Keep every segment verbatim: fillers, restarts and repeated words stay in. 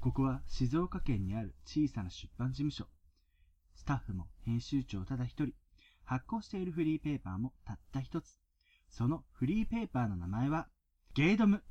ここは静岡県にある小さな出版事務所。スタッフも編集長ただ一人。発行しているフリーペーパーもたった一つ。そのフリーペーパーの名前はゲイドム。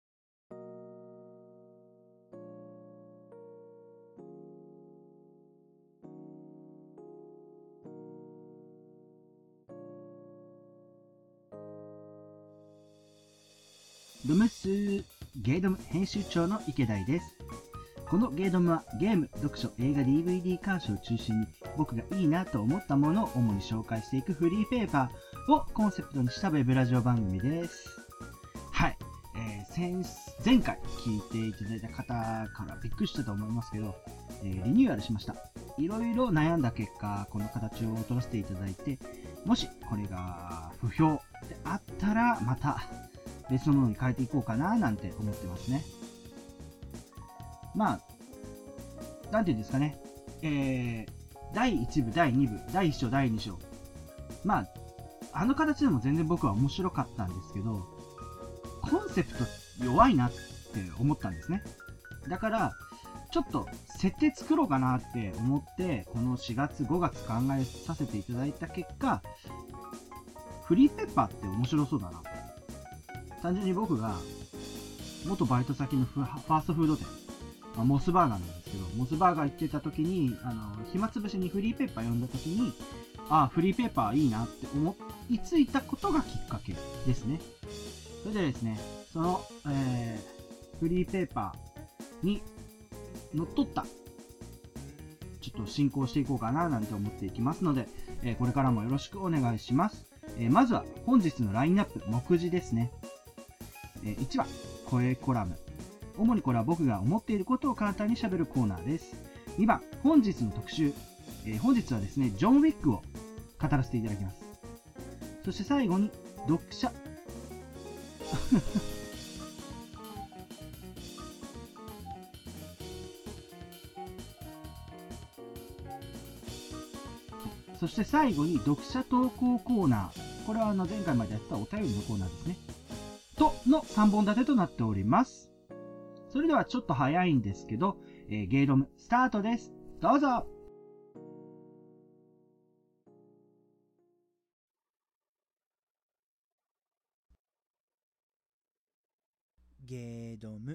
ドムスーゲイドム編集長の池田です。このゲイドムはゲーム、読書、映画、ディーブイディー 鑑賞を中心に僕がいいなと思ったものを主に紹介していくフリーペーパーをコンセプトにしたウェブラジオ番組です。はい、えー、先前回聞いていただいた方からびっくりしたと思いますけど、えー、リニューアルしました。いろいろ悩んだ結果、この形を取らせていただいて、もしこれが不評であったらまた別のものに変えていこうかななんて思ってますね。まあ、なんていうんですかね、えー、だいいち部、だいに部、だいいっ章、だいに章。まあ、あの形でも全然僕は面白かったんですけど、コンセプト弱いなって思ったんですね。だから、ちょっと設定作ろうかなって思って、このしがつ、ごがつ考えさせていただいた結果、フリーペーパーって面白そうだな。単純に僕が元バイト先のファーストフード店、まあ、モスバーガーなんですけど、モスバーガー行ってた時に、あの、暇つぶしにフリーペーパー読んだ時に、ああ、フリーペーパーいいなって思いついたことがきっかけですね。それでですね、その、えー、フリーペーパーにのっとった、ちょっと進行していこうかななんて思っていきますので、えー、これからもよろしくお願いします。えー、まずは本日のラインナップ、目次ですね。えー、いちばん、声コラム。主にこれは僕が思っていることを簡単に喋るコーナーです。にばん、本日の特集。えー、本日はですね、ジョン・ウィックを語らせていただきます。そして最後に、読者。そして最後に、読者投稿コーナー。これはあの前回までやってたお便りのコーナーですね。とのさんぼん立てとなっております。それではちょっと早いんですけど、えー、ゲイドムスタートです。どうぞ。 ゲイドム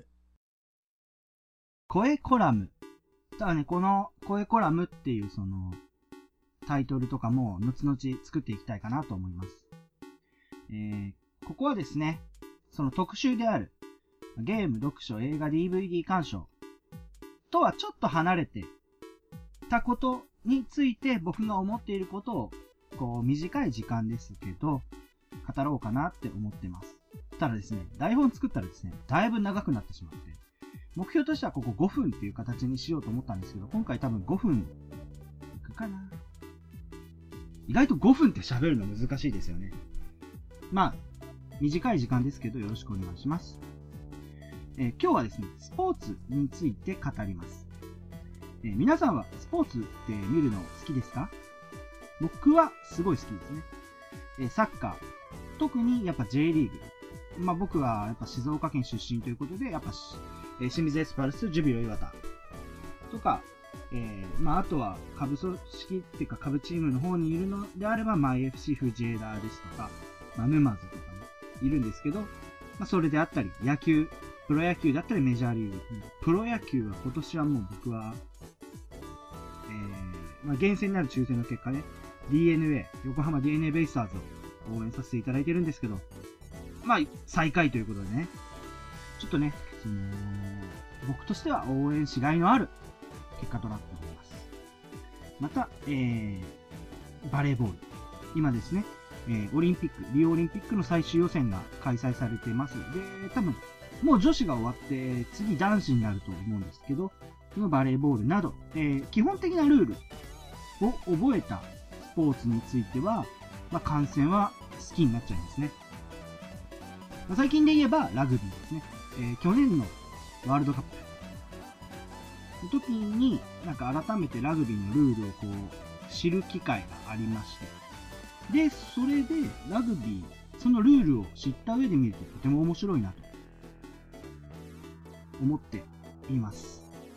声コラム。だからね、この声コラムっていうそのタイトルとかも後々作っていきたいかなと思います。えー、ここはですね、その特集であるゲーム、読書、映画、ディーブイディー 鑑賞とはちょっと離れてたことについて僕が思っていることをこう短い時間ですけど語ろうかなって思ってます。ただですね、台本作ったらですね、だいぶ長くなってしまって、目標としてはここごふんっていう形にしようと思ったんですけど、今回多分ごふんいくかな。意外とごふんって喋るの難しいですよね。まあ、短い時間ですけどよろしくお願いします。えー、今日はですね、スポーツについて語ります。えー、皆さんはスポーツって見るの好きですか？僕はすごい好きですね。えー、サッカー、特にやっぱ J リーグ。まあ僕はやっぱ静岡県出身ということで、やっぱ、えー、清水エスパルス、ジュビロ磐田とか、えー、まああとは下部組織っていうか下部チームの方にいるのであれば、まあ エフシー 藤枝ですとか、まあ沼津とかね、いるんですけど、まあそれであったり、野球、プロ野球だったりメジャーリーグ。プロ野球は今年はもう僕は、えー、まあ厳選になる抽選の結果ね、ディーエヌエー、横浜 ディーエヌエー ベイスターズを応援させていただいてるんですけど、まあ最下位ということでね、ちょっとね、その、僕としては応援しがいのある結果となっております。また、えー、バレーボール。今ですね、えー、オリンピック、リオオリンピックの最終予選が開催されています。で、多分、もう女子が終わって、次男子になると思うんですけど、そのバレーボールなど、えー、基本的なルールを覚えたスポーツについては、まあ、観戦は好きになっちゃいますね。まあ、最近で言えばラグビーですね。えー、去年のワールドカップの時に、なんか改めてラグビーのルールをこう、知る機会がありまして。で、それでラグビー、そのルールを知った上で見るととても面白いなと思っています。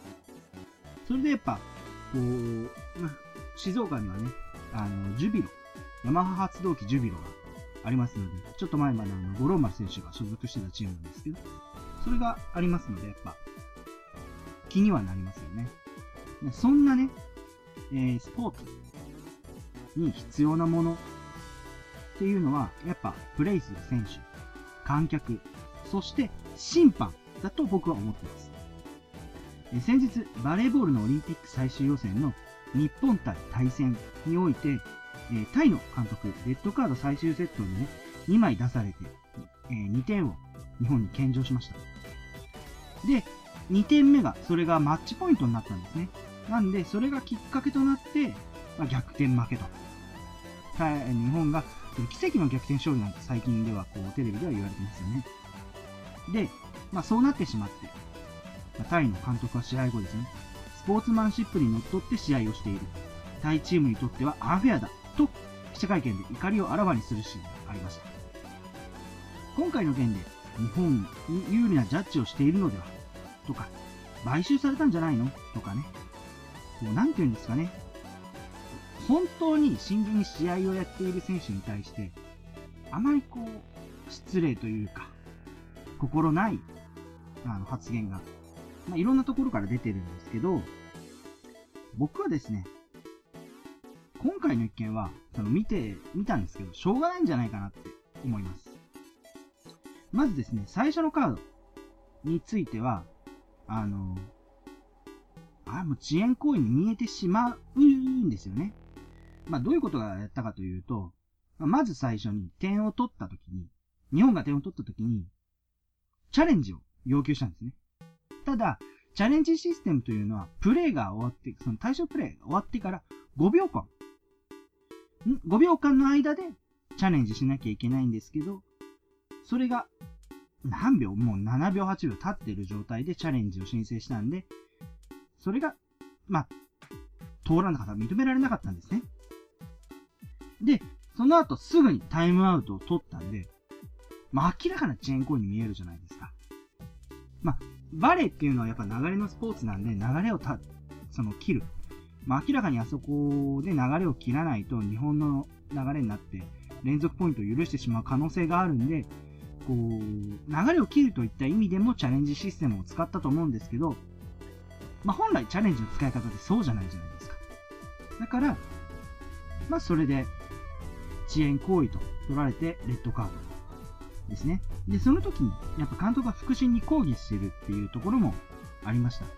それでやっぱ、こう、まあ、静岡にはね、あの、ジュビロ、ヤマハ発動機ジュビロがありますので、ちょっと前まであの、五郎丸選手が所属してたチームなんですけど、それがありますので、やっぱ、気にはなりますよね。そんなね、えー、スポーツに必要なものっていうのは、やっぱ、プレイする選手、観客、そして審判だと僕は思っています。え先日、バレーボールのオリンピック最終予選の日本対対戦において、えー、タイの監督、レッドカード最終セットにね、にまい出されて、えー、にてんを日本に献上しました。で、にてんめが、それがマッチポイントになったんですね。なんで、それがきっかけとなって、まあ、逆転負けと。日本が、奇跡の逆転勝利なんて最近ではこうテレビでは言われてますよね。で、まあそうなってしまって、まあ、タイの監督は試合後ですね、スポーツマンシップにのっとって試合をしている。タイチームにとってはアンフェアだと記者会見で怒りをあらわにするシーンがありました。今回の件で日本に有利なジャッジをしているのではとか、買収されたんじゃないのとかね、こうなんて言うんですかね、本当に真剣に試合をやっている選手に対して、あまりこう、失礼というか、心ないあの発言が、まあ、いろんなところから出てるんですけど、僕はですね、今回の一件は、その見て、見たんですけど、しょうがないんじゃないかなって思います。まずですね、最初のカードについては、あの、あ、もう遅延行為に見えてしまうんですよね。まあ、どういうことがやったかというと、まず最初に点を取ったときに、日本が点を取ったときに、チャレンジを要求したんですね。ただ、チャレンジシステムというのは、プレイが終わって、その対象プレイが終わってからごびょうかん、ん ?ご 秒間の間でチャレンジしなきゃいけないんですけど、それが何秒、もうななびょう、はちびょう経っている状態でチャレンジを申請したんで、それが、まあ、通らなかった、認められなかったんですね。で、その後すぐにタイムアウトを取ったんで、まあ明らかな遅延行為に見えるじゃないですか。まあ、バレーっていうのはやっぱ流れのスポーツなんで、流れをた、その切る。まあ明らかにあそこで流れを切らないと日本の流れになって連続ポイントを許してしまう可能性があるんで、こう、流れを切るといった意味でもチャレンジシステムを使ったと思うんですけど、まあ本来チャレンジの使い方ってそうじゃないじゃないですか。だから、まあそれで、遅延行為と取られてレッドカードですね。で、その時にやっぱ監督が腹心に抗議しているっていうところもありました。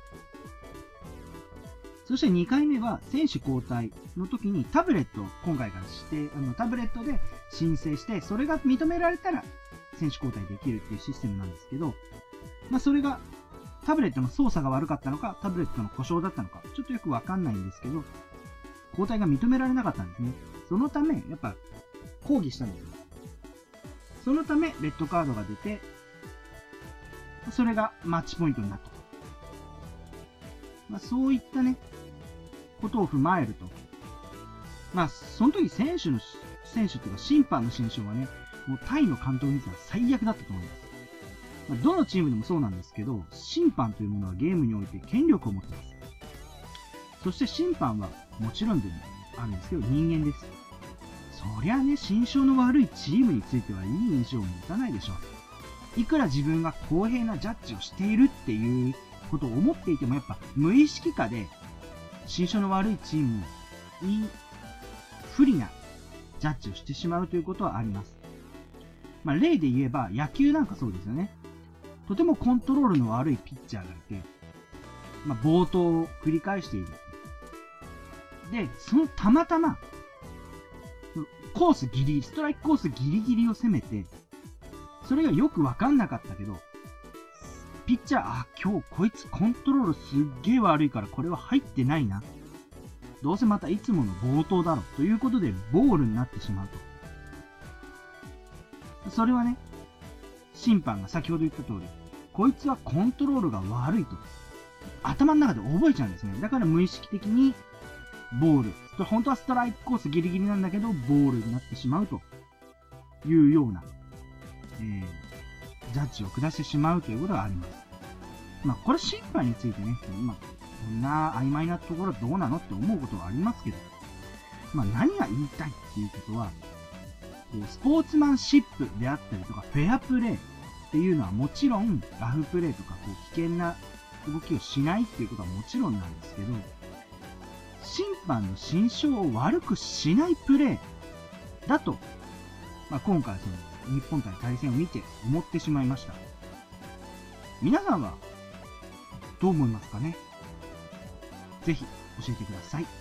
そしてにかいめは選手交代の時にタブレットを今回からして、あのタブレットで申請して、それが認められたら選手交代できるっていうシステムなんですけど、まあそれがタブレットの操作が悪かったのか、タブレットの故障だったのか、ちょっとよくわかんないんですけど、交代が認められなかったんですね。そのため、やっぱ、抗議したんですよ。そのため、レッドカードが出て、それがマッチポイントになったと。まあ、そういったね、ことを踏まえると。まあ、その時選手の、選手っていうか審判の心象はね、もうタイの監督にとっては最悪だったと思います。まあ、どのチームでもそうなんですけど、審判というものはゲームにおいて権力を持っています。そして審判はもちろんでもあるんですけど、人間です。そりゃね、心象の悪いチームについてはいい印象を持たないでしょう。いくら自分が公平なジャッジをしているっていうことを思っていても、やっぱ無意識下で心象の悪いチームに不利なジャッジをしてしまうということはあります。まあ例で言えば野球なんかそうですよね。とてもコントロールの悪いピッチャーがいて、まあ暴投を繰り返している。で、そのたまたまコースギリギリ、ストライクコースギリギリを攻めて、それがよくわかんなかったけど、ピッチャー、あ、今日こいつコントロールすっげー悪いからこれは入ってないな。どうせまたいつもの暴投だろ。ということで、ボールになってしまうと。それはね、審判が先ほど言った通り、こいつはコントロールが悪いと。頭の中で覚えちゃうんですね。だから無意識的に、ボール。本当はストライクコースギリギリなんだけど、ボールになってしまうというような、えー、ジャッジを下してしまうということがあります。まあ、これ審判についてね、まあ、 そんな曖昧なところどうなのって思うことはありますけど、まあ何が言いたいっていうことは、スポーツマンシップであったりとか、フェアプレーっていうのはもちろん、ラフプレーとかこう危険な動きをしないっていうことはもちろんなんですけど、審判の心象を悪くしないプレーだと、まあ、今回その日本対対戦を見て思ってしまいました。皆さんはどう思いますかね。ぜひ教えてください。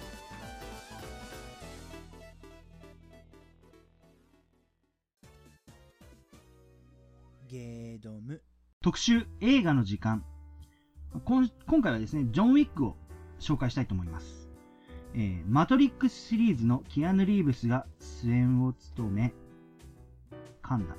ゲードム特集映画の時間。今今回はですね、ジョン・ウィックを紹介したいと思います。えー、マトリックスシリーズのキアヌ・リーブスが主演を務め、噛んだ。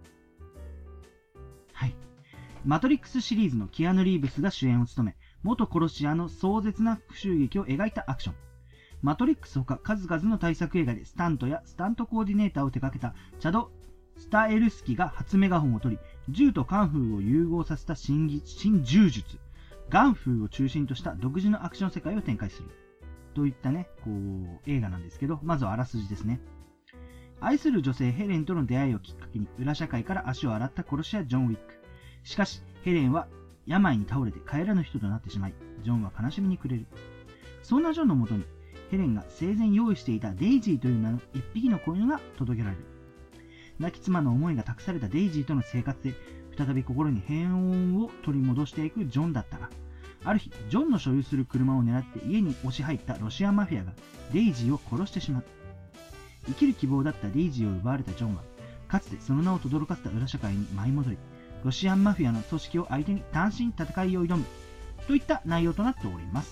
はい。マトリックスシリーズのキアヌ・リーブスが主演を務め、元殺し屋の壮絶な復讐劇を描いたアクション。マトリックスほか数々の大作映画でスタントやスタントコーディネーターを手掛けたチャド・スタエルスキが初メガホンを取り、銃とカンフーを融合させた新技新銃術、ガンフーを中心とした独自のアクション世界を展開する。といったね、こう、映画なんですけど、まずはあらすじですね。愛する女性ヘレンとの出会いをきっかけに、裏社会から足を洗った殺し屋ジョン・ウィック。しかし、ヘレンは病に倒れて帰らぬ人となってしまい、ジョンは悲しみに暮れる。そんなジョンのもとに、ヘレンが生前用意していたデイジーという名の一匹の子犬が届けられる。亡き妻の思いが託されたデイジーとの生活で、再び心に平穏を取り戻していくジョンだったが、ある日、ジョンの所有する車を狙って家に押し入ったロシアマフィアがデイジーを殺してしまう。生きる希望だったデイジーを奪われたジョンは、かつてその名を轟かせた裏社会に舞い戻り、ロシアンマフィアの組織を相手に単身戦いを挑む、といった内容となっております。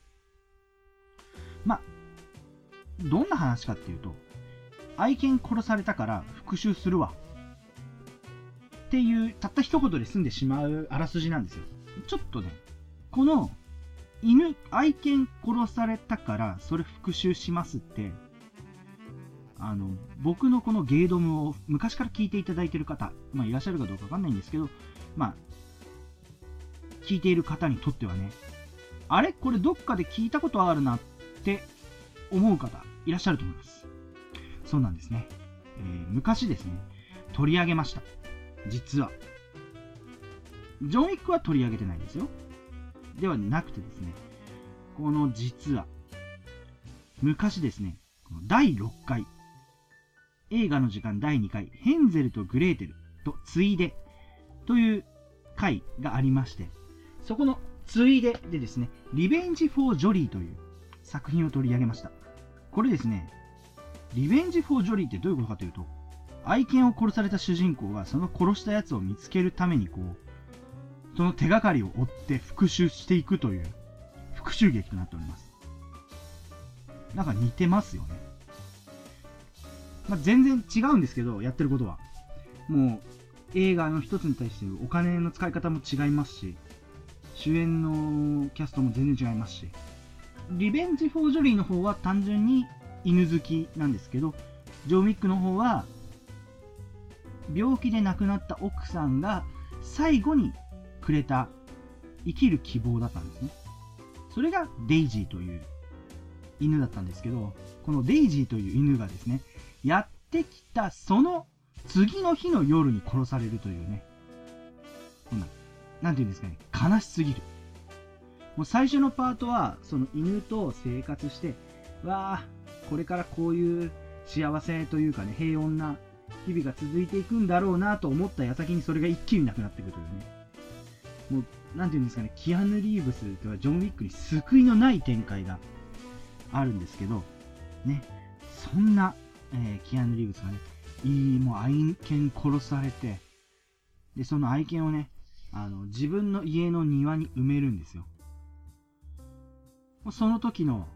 まあ、どんな話かっていうと、愛犬殺されたから復讐するわ。っていう、たった一言で済んでしまうあらすじなんですよ。ちょっとね、この犬、愛犬殺されたからそれ復讐しますって、あの、僕のこのゲードムを昔から聞いていただいている方、まあいらっしゃるかどうかわかんないんですけど、まあ、聞いている方にとってはね、あれこれどっかで聞いたことあるなって思う方いらっしゃると思います。そうなんですね。えー、昔ですね、取り上げました。実は。ジョン・ウィックは取り上げてないんですよ。ではなくてですね、この実は、昔ですね、だいろっかい、映画の時間だいにかい、ヘンゼルとグレーテルとついでという回がありまして、そこのついででですね、リベンジ・フォー・ジョリーという作品を取り上げました。これですね、リベンジ・フォー・ジョリーってどういうことかというと、愛犬を殺された主人公がその殺したやつを見つけるためにこう、その手がかりを追って復讐していくという復讐劇となっております。なんか似てますよね。まあ、全然違うんですけど、やってることは。もう映画の一つに対してお金の使い方も違いますし、主演のキャストも全然違いますし、リベンジ・フォー・ジョリーの方は単純に犬好きなんですけど、ジョン・ウィックの方は病気で亡くなった奥さんが最後にくれた生きる希望だったんですね。それがデイジーという犬だったんですけど、このデイジーという犬がですね、やってきたその次の日の夜に殺されるというね、こんな、なんていうんですかね、悲しすぎる。もう最初のパートは、その犬と生活して、わあ、これからこういう幸せというかね、平穏な日々が続いていくんだろうなと思った矢先にそれが一気になくなっていくというね。もう、なんていうんですかね、キアヌ・リーブスとかジョン・ウィックに救いのない展開があるんですけど、ね、そんな、えー、キアヌ・リーブスがね、いい、もう愛犬殺されて、で、その愛犬をね、あの、自分の家の庭に埋めるんですよ。その時の、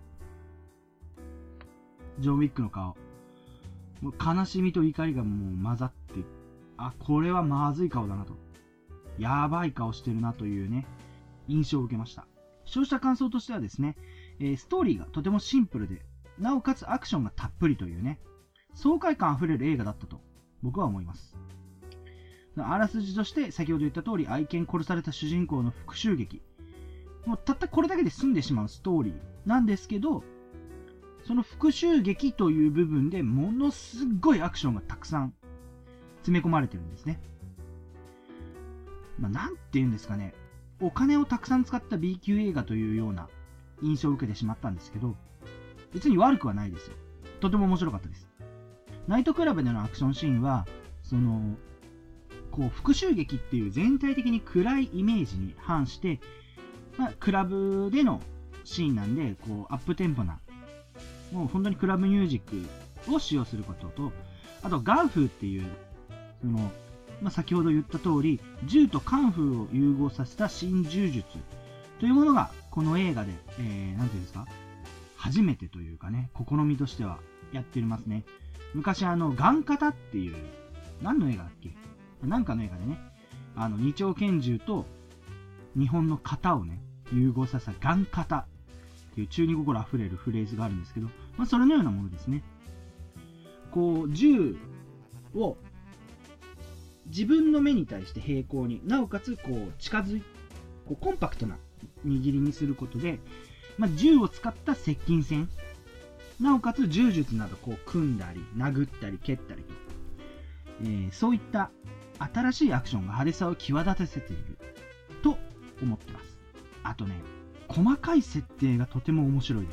ジョン・ウィックの顔、もう悲しみと怒りがもう混ざって、あ、これはまずい顔だなと。やばい顔してるなというね、印象を受けました。そうした感想としてはですね、えー、ストーリーがとてもシンプルで、なおかつアクションがたっぷりというね、爽快感あふれる映画だったと僕は思います。あらすじとして先ほど言った通り愛犬殺された主人公の復讐劇もうたったこれだけで済んでしまうストーリーなんですけど、その復讐劇という部分でものすごいアクションがたくさん詰め込まれてるんですね。まあ、なんて言うんですかね、お金をたくさん使った ビー 級映画というような印象を受けてしまったんですけど、別に悪くはないですよ。とても面白かったです。ナイトクラブでのアクションシーンは、その、こう、復讐劇っていう全体的に暗いイメージに反して、まあ、クラブでのシーンなんで、こう、アップテンポな、もう本当にクラブミュージックを使用することと、あと、ガンフーっていう、その、まあ、先ほど言った通り、銃とカンフーを融合させた新銃術というものが、この映画で、えー、なんていうんですか、初めてというかね、試みとしてはやってますね。昔、あの、ガンカタっていう、何の映画だっけ？なんかの映画でね、あの、二丁拳銃と日本の型をね、融合させたガンカタっていう中二心あふれるフレーズがあるんですけど、まあ、それのようなものですね。こう、銃を自分の目に対して平行に、なおかつこう近づい、こうコンパクトな握りにすることで、まあ、銃を使った接近戦、なおかつ銃術などこう組んだり、殴ったり、蹴ったりと、えー、そういった新しいアクションが派手さを際立たせていると思ってます。あとね、細かい設定がとても面白いです。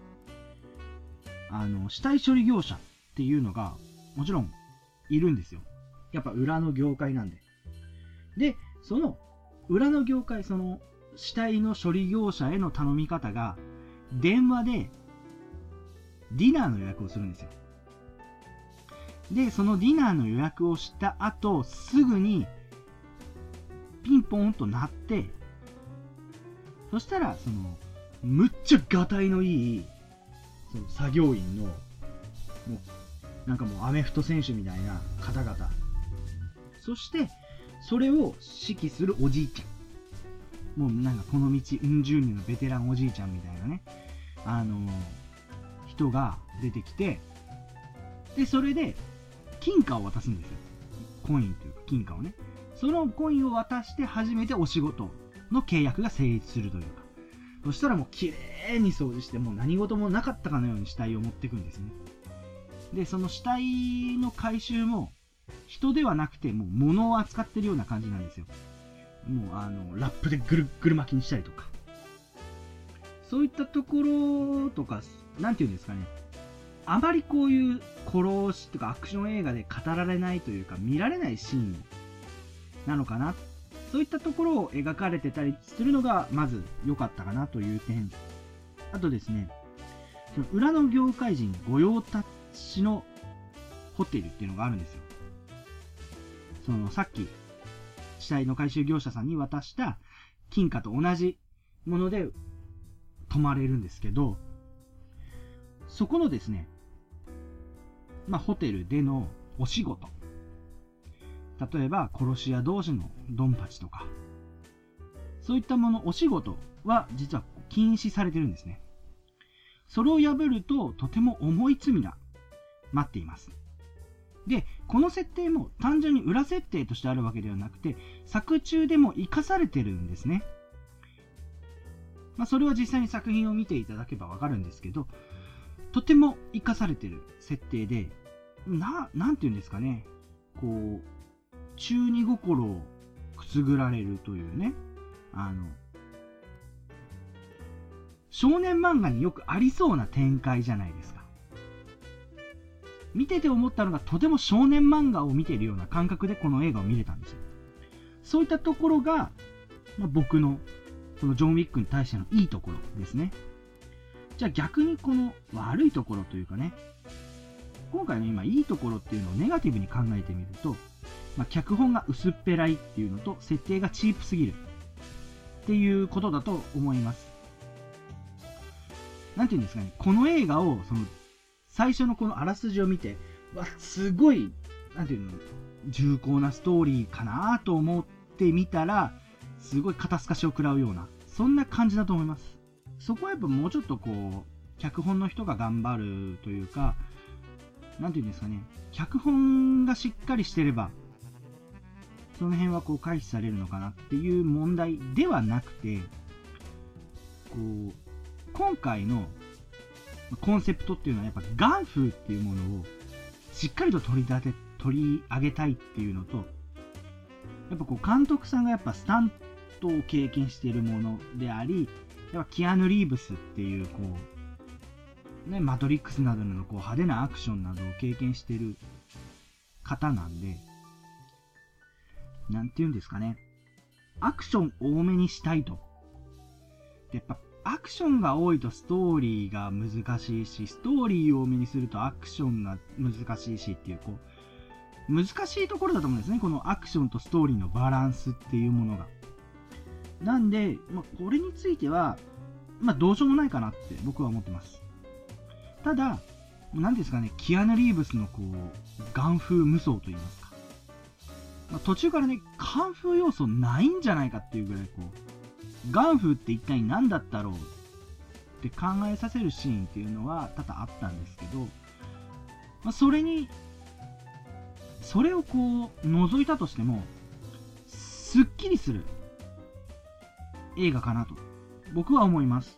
あの、死体処理業者っていうのがもちろんいるんですよ。やっぱ裏の業界なんで。で、その裏の業界、その死体の処理業者への頼み方が、電話でディナーの予約をするんですよ。で、そのディナーの予約をした後、すぐにピンポンと鳴って、そしたら、その、むっちゃガタイのいい、その作業員の、もう、なんかもうアメフト選手みたいな方々。そして、それを指揮するおじいちゃん。もうなんかこの道うん十年のベテランおじいちゃんみたいなね、あのー、人が出てきて、で、それで、金貨を渡すんですよ。コインというか金貨をね。そのコインを渡して初めてお仕事の契約が成立するというか。そしたらもう綺麗に掃除して、もう何事もなかったかのように死体を持っていくんですね。で、その死体の回収も人ではなくて、もう物を扱ってるような感じなんですよ。もうあの、ラップでぐるっぐる巻きにしたりとか。そういったところとか、なんていうんですかね。あまりこういう殺しとかアクション映画で語られないというか見られないシーンなのかな。そういったところを描かれてたりするのがまず良かったかなという点。あとですね、その裏の業界人御用達のホテルっていうのがあるんですよ。そのさっき死体の回収業者さんに渡した金貨と同じもので泊まれるんですけど、そこのですね、まあ、ホテルでのお仕事。例えば、殺し屋同士のドンパチとか、そういったもの、お仕事は実は禁止されてるんですね。それを破ると、とても重い罪が待っています。で、この設定も単純に裏設定としてあるわけではなくて、作中でも活かされてるんですね。まあ、それは実際に作品を見ていただけばわかるんですけど、とても活かされてる設定で、な、なんていうんですかね、こう、中二心をくすぐられるというね、あの、少年漫画によくありそうな展開じゃないですか。見てて思ったのが、とても少年漫画を見ているような感覚でこの映画を見れたんですよ。そういったところが、まあ、僕の、そのジョン・ウィックに対してのいいところですね。じゃあ逆にこの悪いところというかね、今回の今いいところっていうのをネガティブに考えてみると、まあ、脚本が薄っぺらいっていうのと設定がチープすぎるっていうことだと思います。なんていうんですかね、この映画をその最初のこのあらすじを見て、わ、すごい、なんていうの、重厚なストーリーかなと思ってみたら、すごい肩透かしを食らうような、そんな感じだと思います。そこはやっぱもうちょっとこう、脚本の人が頑張るというか、なんていうんですかね、脚本がしっかりしてれば、その辺はこう回避されるのかなっていう問題ではなくて、 こう、今回のコンセプトっていうのはやっぱガンフーっていうものをしっかりと取り立て、取り上げたいっていうのと、やっぱこう監督さんがやっぱスタントを経験しているものであり、やっぱキアヌ・リーブスっていうこう、ね、マトリックスなどのこう派手なアクションなどを経験している方なんで、なんて言うんですかね。アクション多めにしたいと。やっぱアクションが多いとストーリーが難しいし、ストーリーを多めにするとアクションが難しいしっていう、こう、難しいところだと思うんですね。このアクションとストーリーのバランスっていうものが。なんで、まあ、これについては、まあ、どうしようもないかなって僕は思ってます。ただ、何ですかね、キアヌ・リーブスのこう、ガン風無双と言いますか。まあ、途中からね、カンフー要素ないんじゃないかっていうぐらい、こう、ガンフーって一体何だったろうって考えさせるシーンっていうのは多々あったんですけど、まあ、それに、それをこう、除いたとしても、すっきりする映画かなと、僕は思います。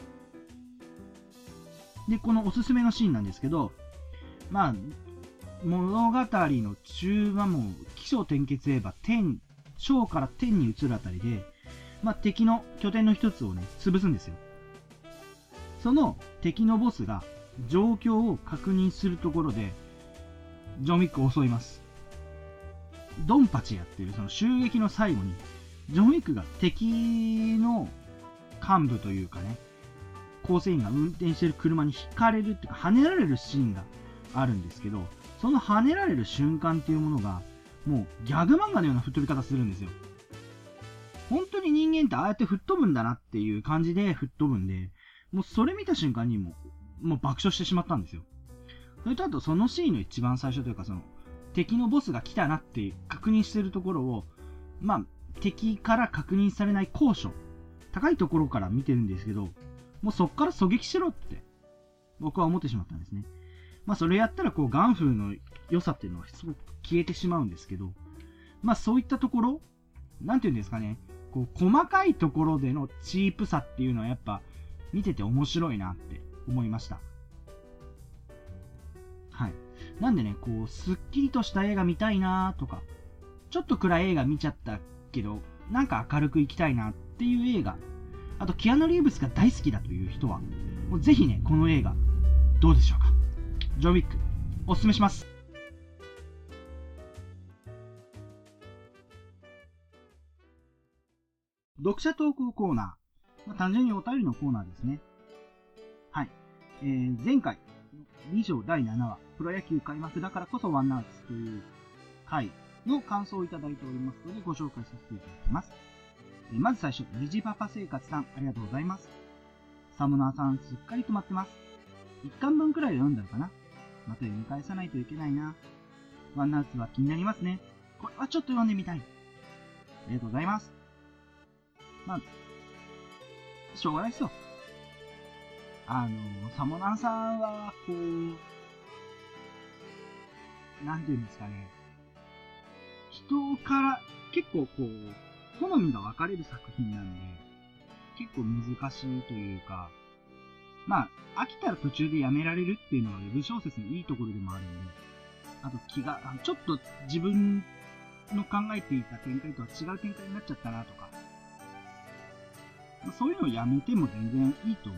で、このおすすめのシーンなんですけど、まあ、物語の中盤も起承転結言えば天、小から天に移るあたりで、まあ、敵の拠点の一つをね、潰すんですよ。その敵のボスが状況を確認するところで、ジョン・ウィックを襲います。ドンパチやってるその襲撃の最後に、ジョン・ウィックが敵の幹部というかね、構成員が運転してる車に引かれるっていうか、跳ねられるシーンがあるんですけど、その跳ねられる瞬間っていうものが、もうギャグ漫画のような吹っ飛び方するんですよ。本当に人間ってああやって吹っ飛ぶんだなっていう感じで吹っ飛ぶんで、もうそれ見た瞬間にもう、もう爆笑してしまったんですよ。それとあとそのシーンの一番最初というか、その敵のボスが来たなって確認してるところを、まあ敵から確認されない高所、高いところから見てるんですけど、もうそっから狙撃しろって僕は思ってしまったんですね。まあそれやったらこうガンフーの良さっていうのはすごく消えてしまうんですけど、まあそういったところ、なんていうんですかね、こう細かいところでのチープさっていうのはやっぱ見てて面白いなって思いました。はい。なんでね、こうすっきりとした映画見たいなとか、ちょっと暗い映画見ちゃったけど、なんか明るくいきたいなっていう映画、あとキアヌ・リーブスが大好きだという人は、もうぜひね、この映画、どうでしょうか。ジョン・ウィック、おすすめします。読者トークコーナー。まあ、単純にお便りのコーナーですね。はい。えー、前回、に章だいななわ、プロ野球開幕だからこそワンナウツという回の感想をいただいておりますので、ご紹介させていただきます。えー、まず最初、虹パパ生活さん、ありがとうございます。サムナーさん、すっかり止まってます。いっかんぶんくらい読んだのかな。また読み返さないといけないな。ワンナウツは気になりますね。これはちょっと読んでみたい。ありがとうございます。まあ、しょうがないですよ。あの、サモナーさんは、こう、なんていうんですかね。人から結構こう、好みが分かれる作品なんで、結構難しいというか、まあ、飽きたら途中でやめられるっていうのがウェブ小説のいいところでもあるんで、あと気が、ちょっと自分の考えていた展開とは違う展開になっちゃったなとか、そういうのをやめても全然いいと思う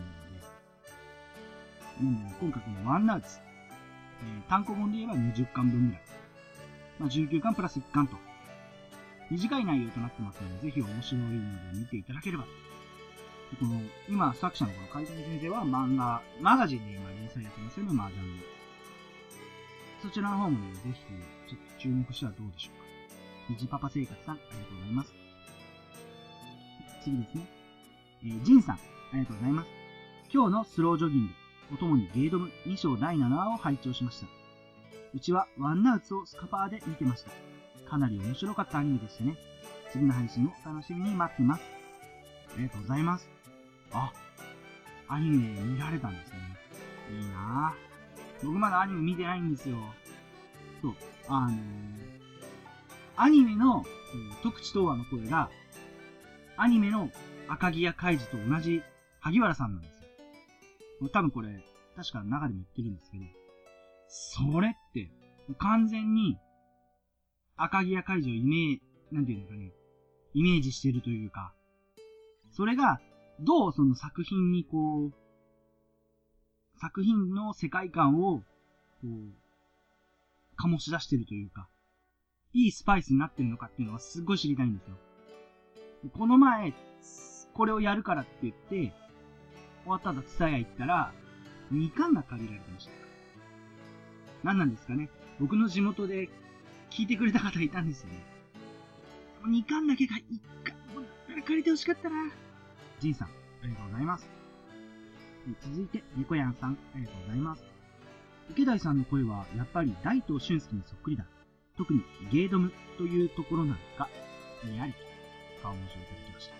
ので、うん、今回このワンナウツ、えー、単行本で言えばにじゅっかんぶんぐらい、まあ、じゅうきゅうかんプラスいっかんと、短い内容となってますので、ぜひ面白いので見ていただければ。この今、作者のこの海鮮先生は漫画、マガジンで今連載やってますよね、麻雀の。そちらの方もね、ぜひ、ちょっと注目してはどうでしょうか。虹パパ生活さん、ありがとうございます。次ですね。えー、ジンさん、ありがとうございます。今日のスロージョギング、おともにゲードムに章だいななわを拝聴しました。うちはワンナウツをスカパーで見てました。かなり面白かったアニメでしたね。次の配信を楽しみに待っています。ありがとうございます。あ、アニメ見られたんですね。いいなぁ。僕まだアニメ見てないんですよ。そう、あのー、アニメの、えー、徳地東和の声が、アニメの赤城やカイジと同じ萩原さんなんですよ。多分これ、確か中でも言ってるんですけど、それって、完全に、赤城屋会場をイメージ、なんていうんですかね、イメージしてるというか、それが、どうその作品にこう、作品の世界観を、こう、醸し出してるというか、いいスパイスになってるのかっていうのはすっごい知りたいんですよ。この前、これをやるからって言って、終わった後、ツタヤ行ったら、にかんが借りられてました。何なんですかね。僕の地元で聞いてくれた方いたんですよね。にかんだけがいっかいもだったら借りてほしかったな。ジンさん、ありがとうございます。続いて、猫やんさん、ありがとうございます。池田さんの声は、やっぱり大東俊介にそっくりだ。特に、ゲードムというところなのか、にありと、顔文字をいただきました。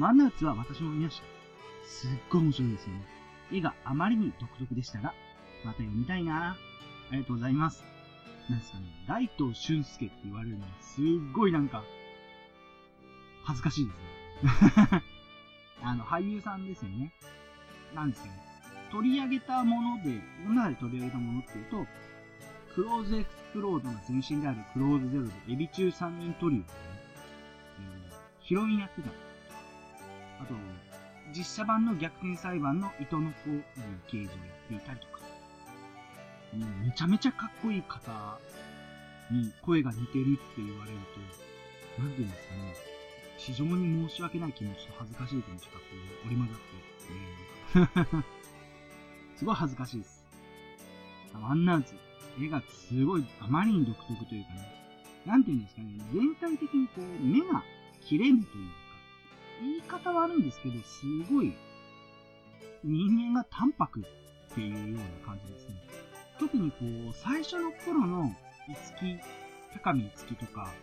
ワンナウツは私も見ました。すっごい面白いですよね。絵があまりに独特でしたが、また読みたいな。ありがとうございます。なんですかね、大東俊介って言われるのは、すっごいなんか、恥ずかしいですね。あの、俳優さんですよね。なんですかね。取り上げたもので、この中で取り上げたものっていうと、クローズエクスプロードの前身であるクローズゼロでエビ中さんにんトリオでね、えー、ヒロインやってた。あと、実写版の逆転裁判の糸の子という刑事をやっていたりとか、もうめちゃめちゃかっこいい方に声が似てるって言われると、なんていうんですかね、非常に申し訳ない気持ちと恥ずかしい気持ちがこう織り交ざって、えー、すごい恥ずかしいです。ワンナウツ、絵がすごいあまりに独特というかね、なんていうんですかね、全体的にこう目が切れ目というか、言い方はあるんですけど、すごい人間が淡白っていうような感じですね。特にこう、最初の頃のいつき、高見いつきとか、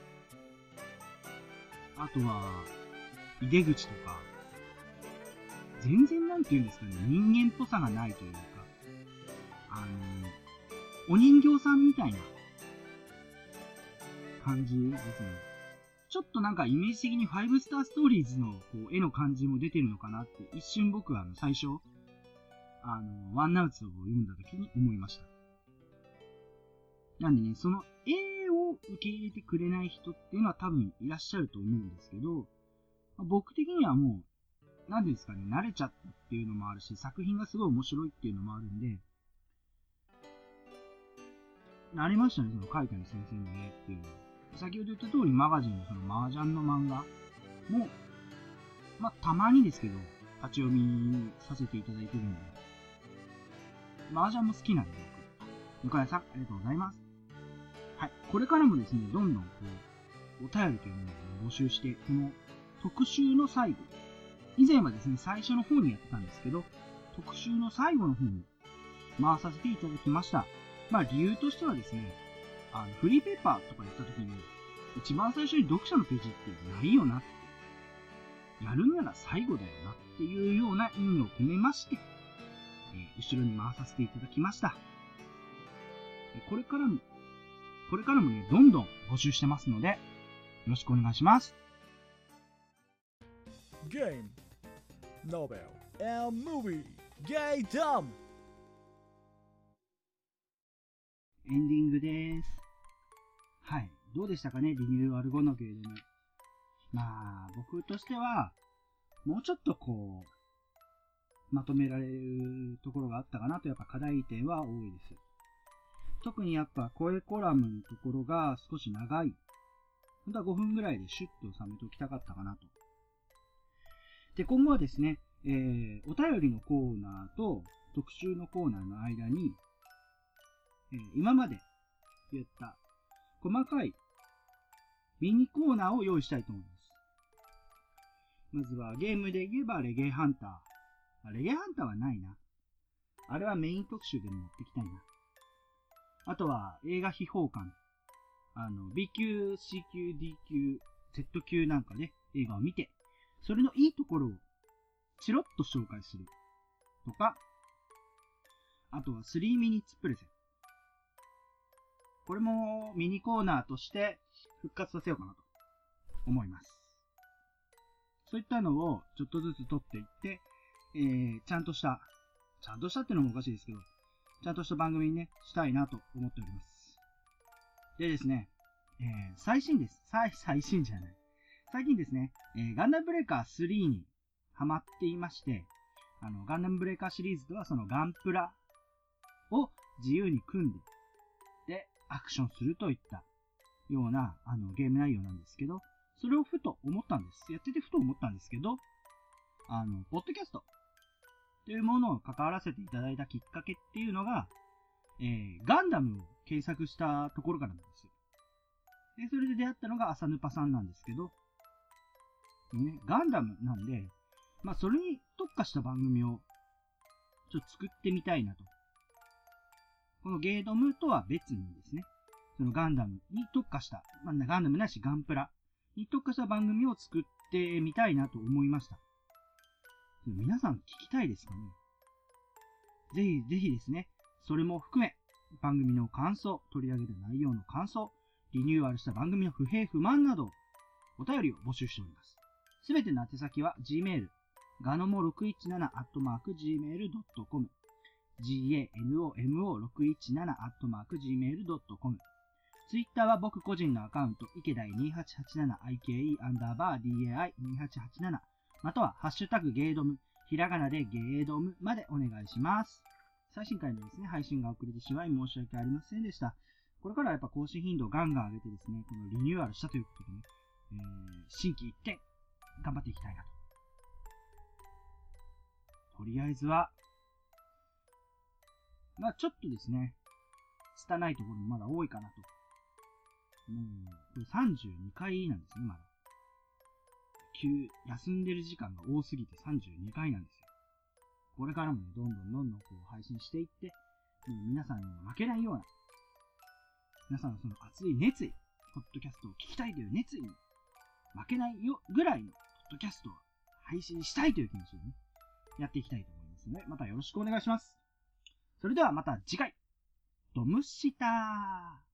あとは、井出口とか、全然なんて言うんですかね、人間っぽさがないというか、あの、お人形さんみたいな感じですね。ちょっとなんかイメージ的にファイブスターストーリーズのこう絵の感じも出てるのかなって一瞬僕はあの最初、あの、ワンナウツを読んだ時に思いました。なんでね、その絵を受け入れてくれない人っていうのは多分いらっしゃると思うんですけど、僕的にはもう、なんですかね、慣れちゃったっていうのもあるし、作品がすごい面白いっていうのもあるんで、慣れましたね、その海谷先生の絵っていうのは。先ほど言った通り、マガジンのその麻雀の漫画も、まあ、たまにですけど、立ち読みさせていただいてるんで、麻雀も好きなんで、僕。向井さん、ありがとうございます。はい。これからもですね、どんどんこう、お便りというものを募集して、この特集の最後、以前はですね、最初の方にやってたんですけど、特集の最後の方に回させていただきました。まあ理由としてはですね、あの、フリーペーパーとかやった時に、一番最初に読者のページってないよなって、やるんなら最後だよなっていうような意味を込めまして、えー、後ろに回させていただきました。これからも、これからもね、どんどん募集してますので、よろしくお願いします。 ゲーム、ノベル、and movie、ゲイダム。 エンディングです。はい。どうでしたかね、リニューアル後のゲーム。まあ、僕としては、もうちょっとこう、まとめられるところがあったかなと、やっぱ課題点は多いです。特にやっぱ声コラムのところが少し長い。本当はごふんぐらいでシュッと収めておきたかったかなと。で、今後はですね、えー、お便りのコーナーと特集のコーナーの間に、えー、今まで言った細かいミニコーナーを用意したいと思います。まずはゲームで言えばレゲエハンター。レゲエハンターはないな。あれはメイン特集でも持ってきたいな。あとは映画秘宝館。あの、B 級、C 級、D 級、Z 級なんかで映画を見て、それのいいところをチロッと紹介する。とか、あとはスリーミニッツプレゼン。これもミニコーナーとして復活させようかなと思います。そういったのをちょっとずつ取っていって、 えー、ちゃんとした、ちゃんとしたってのもおかしいですけど、ちゃんとした番組にね、したいなと思っております。でですね、えー、最新です。最、最新じゃない。最近ですね、えー、ガンダムブレーカースリーにハマっていまして、あの、ガンダムブレーカーシリーズではそのガンプラを自由に組んで、で、アクションするといったような、あの、ゲーム内容なんですけど、それをふと思ったんです。やっててふと思ったんですけど、あの、ポッドキャストというものを関わらせていただいたきっかけっていうのが、えー、ガンダムを検索したところからなんですよ。で、それで出会ったのが朝ヌパさんなんですけど、ね、ガンダムなんで、まあ、それに特化した番組を、ちょっと作ってみたいなと。このゲードムとは別にですね、そのガンダムに特化した、まあ、ガンダムないしガンプラに特化した番組を作ってみたいなと思いました。皆さん聞きたいですかね？ぜひぜひですね、それも含め、番組の感想、取り上げた内容の感想、リニューアルした番組の不平不満など、お便りを募集しております。すべての宛先は Gmail、ガノモろくいちなな アットマーク ジーメール ドットコム、ガノモろくいちなな アットマーク ジーメール ドットコム。ツイッターは僕個人のアカウント、池田にはちはちなな、アイケーイー アンダーバー ディーエーアイにはちはちなな、または、ハッシュタグゲードム、ひらがなでゲードムまでお願いします。最新回のですね、配信が遅れてしまい申し訳ありませんでした。これからはやっぱ更新頻度をガンガン上げてですね、このリニューアルしたということでね、えー、新規一点、頑張っていきたいなと。とりあえずは、まあちょっとですね、拙いところもまだ多いかなと。もう、これさんじゅうにかいなんですね、まだ。休、休んでる時間が多すぎてさんじゅうにかいなんですよ。これからもね、どんどんどんどんこう配信していって、もう皆さんにも負けないような、皆さんのその熱い熱意、ポッドキャストを聞きたいという熱意に負けないよぐらいのポッドキャストを配信したいという気持ちでね、やっていきたいと思いますので、またよろしくお願いします。それではまた次回、ドムシター。